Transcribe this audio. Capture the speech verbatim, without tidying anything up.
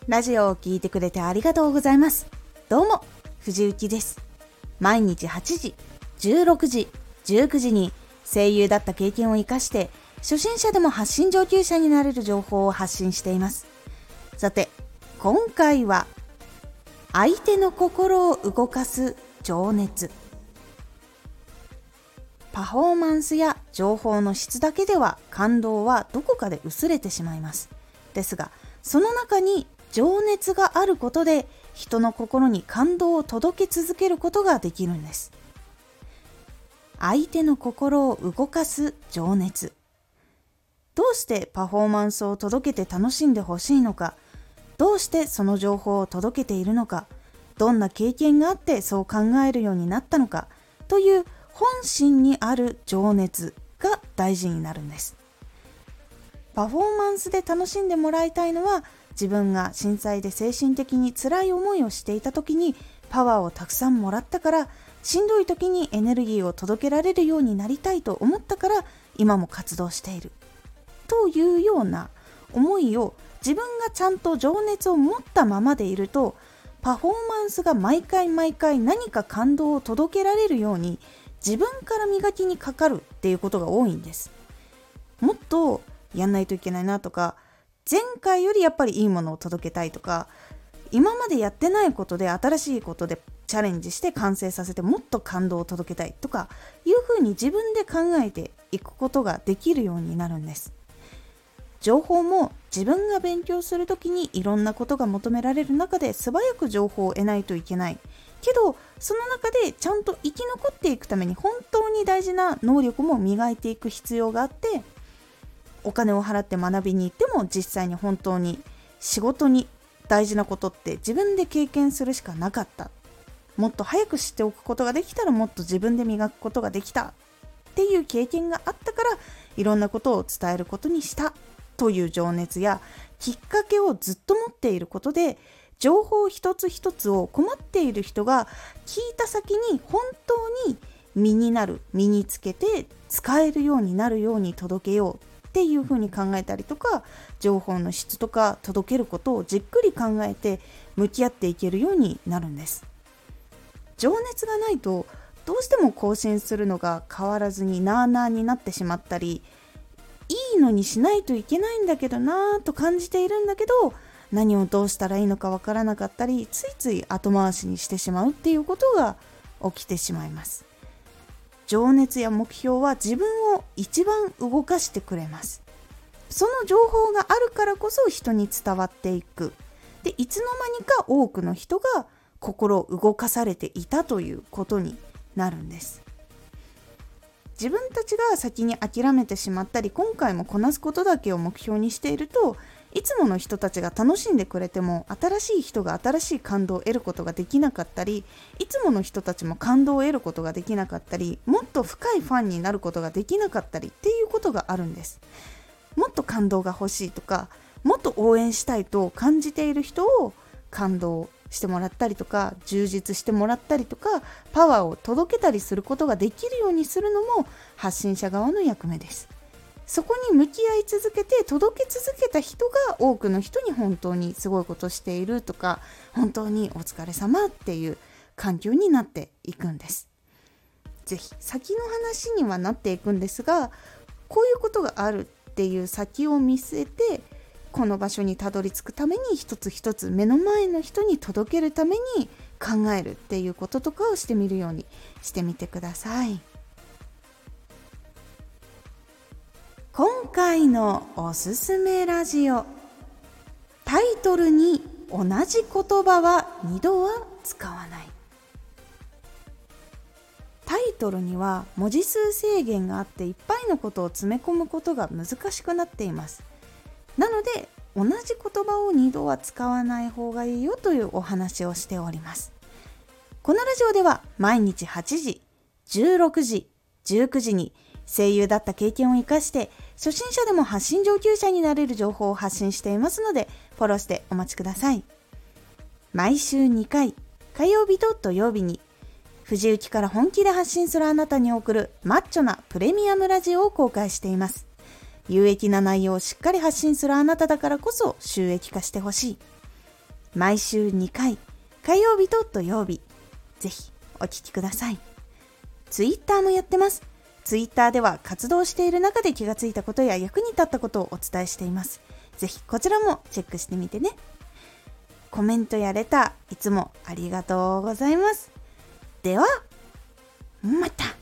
ラジオを聞いてくれてありがとうございます。どうも、藤幸です。毎日はちじ、じゅうろくじ、じゅうくじに声優だった経験を生かして初心者でも発信上級者になれる情報を発信しています。さて、今回は相手の心を動かす情熱。パフォーマンスや情報の質だけでは感動はどこかで薄れてしまいます。ですが、その中に情熱があることで人の心に感動を届け続けることができるんです。相手の心を動かす情熱。どうしてパフォーマンスを届けて楽しんでほしいのか、どうしてその情報を届けているのか、どんな経験があってそう考えるようになったのかという本心にある情熱が大事になるんです。パフォーマンスで楽しんでもらいたいのは、自分が震災で精神的に辛い思いをしていた時にパワーをたくさんもらったから、しんどい時にエネルギーを届けられるようになりたいと思ったから今も活動しているというような思いを自分がちゃんと情熱を持ったままでいると、パフォーマンスが毎回毎回何か感動を届けられるように自分から磨きにかかるっていうことが多いんです。もっとやんないといけないなとか、前回よりやっぱりいいものを届けたいとか、今までやってないことで新しいことでチャレンジして完成させてもっと感動を届けたいとかいうふうに自分で考えていくことができるようになるんです。情報も自分が勉強するときにいろんなことが求められる中で素早く情報を得ないといけないけど、その中でちゃんと生き残っていくために本当に大事な能力も磨いていく必要があって、お金を払って学びに行っても実際に本当に仕事に大事なことって自分で経験するしかなかった。もっと早く知っておくことができたらもっと自分で磨くことができたっていう経験があったから、いろんなことを伝えることにしたという情熱やきっかけをずっと持っていることで、情報一つ一つを困っている人が聞いた先に本当に身になる、身につけて使えるようになるように届けようっていうふうに考えたりとか、情報の質とか届けることをじっくり考えて向き合っていけるようになるんです。情熱がないとどうしても更新するのが変わらずになあなあになってしまったり、いいのにしないといけないんだけどなぁと感じているんだけど、何をどうしたらいいのかわからなかったり、ついつい後回しにしてしまうっていうことが起きてしまいます。情熱や目標は自分を一番動かしてくれます。その情報があるからこそ人に伝わっていく。で、いつの間にか多くの人が心を動かされていたということになるんです。自分たちが先に諦めてしまったり、今回もこなすことだけを目標にしていると、いつもの人たちが楽しんでくれても新しい人が新しい感動を得ることができなかったり、いつもの人たちも感動を得ることができなかったり、もっと深いファンになることができなかったりっていうことがあるんです。もっと感動が欲しいとか、もっと応援したいと感じている人を感動してもらったりとか、充実してもらったりとか、パワーを届けたりすることができるようにするのも発信者側の役目です。そこに向き合い続けて届け続けた人が多くの人に本当にすごいことしているとか、本当にお疲れ様っていう環境になっていくんです。ぜひ先の話にはなっていくんですが、こういうことがあるっていう先を見据えて、この場所にたどり着くために一つ一つ目の前の人に届けるために考えるっていうこととかをしてみるようにしてみてください。今回のおすすめラジオ、タイトルに同じ言葉は二度は使わない。タイトルには文字数制限があって、いっぱいのことを詰め込むことが難しくなっています。なので同じ言葉を二度は使わない方がいいよというお話をしております。このラジオでは毎日はちじ、じゅうろくじ、じゅうくじに声優だった経験を生かして初心者でも発信上級者になれる情報を発信していますので、フォローしてお待ちください。毎週にかい、火曜日と土曜日に藤雪から本気で発信するあなたに送るマッチョなプレミアムラジオを公開しています。有益な内容をしっかり発信するあなただからこそ収益化してほしい。 毎週にかい、火曜日と土曜日、ぜひお聞きください。ツイッターもやってます。ツイッターでは活動している中で気がついたことや役に立ったことをお伝えしています。ぜひこちらもチェックしてみてね。コメントやレター、いつもありがとうございます。では、また。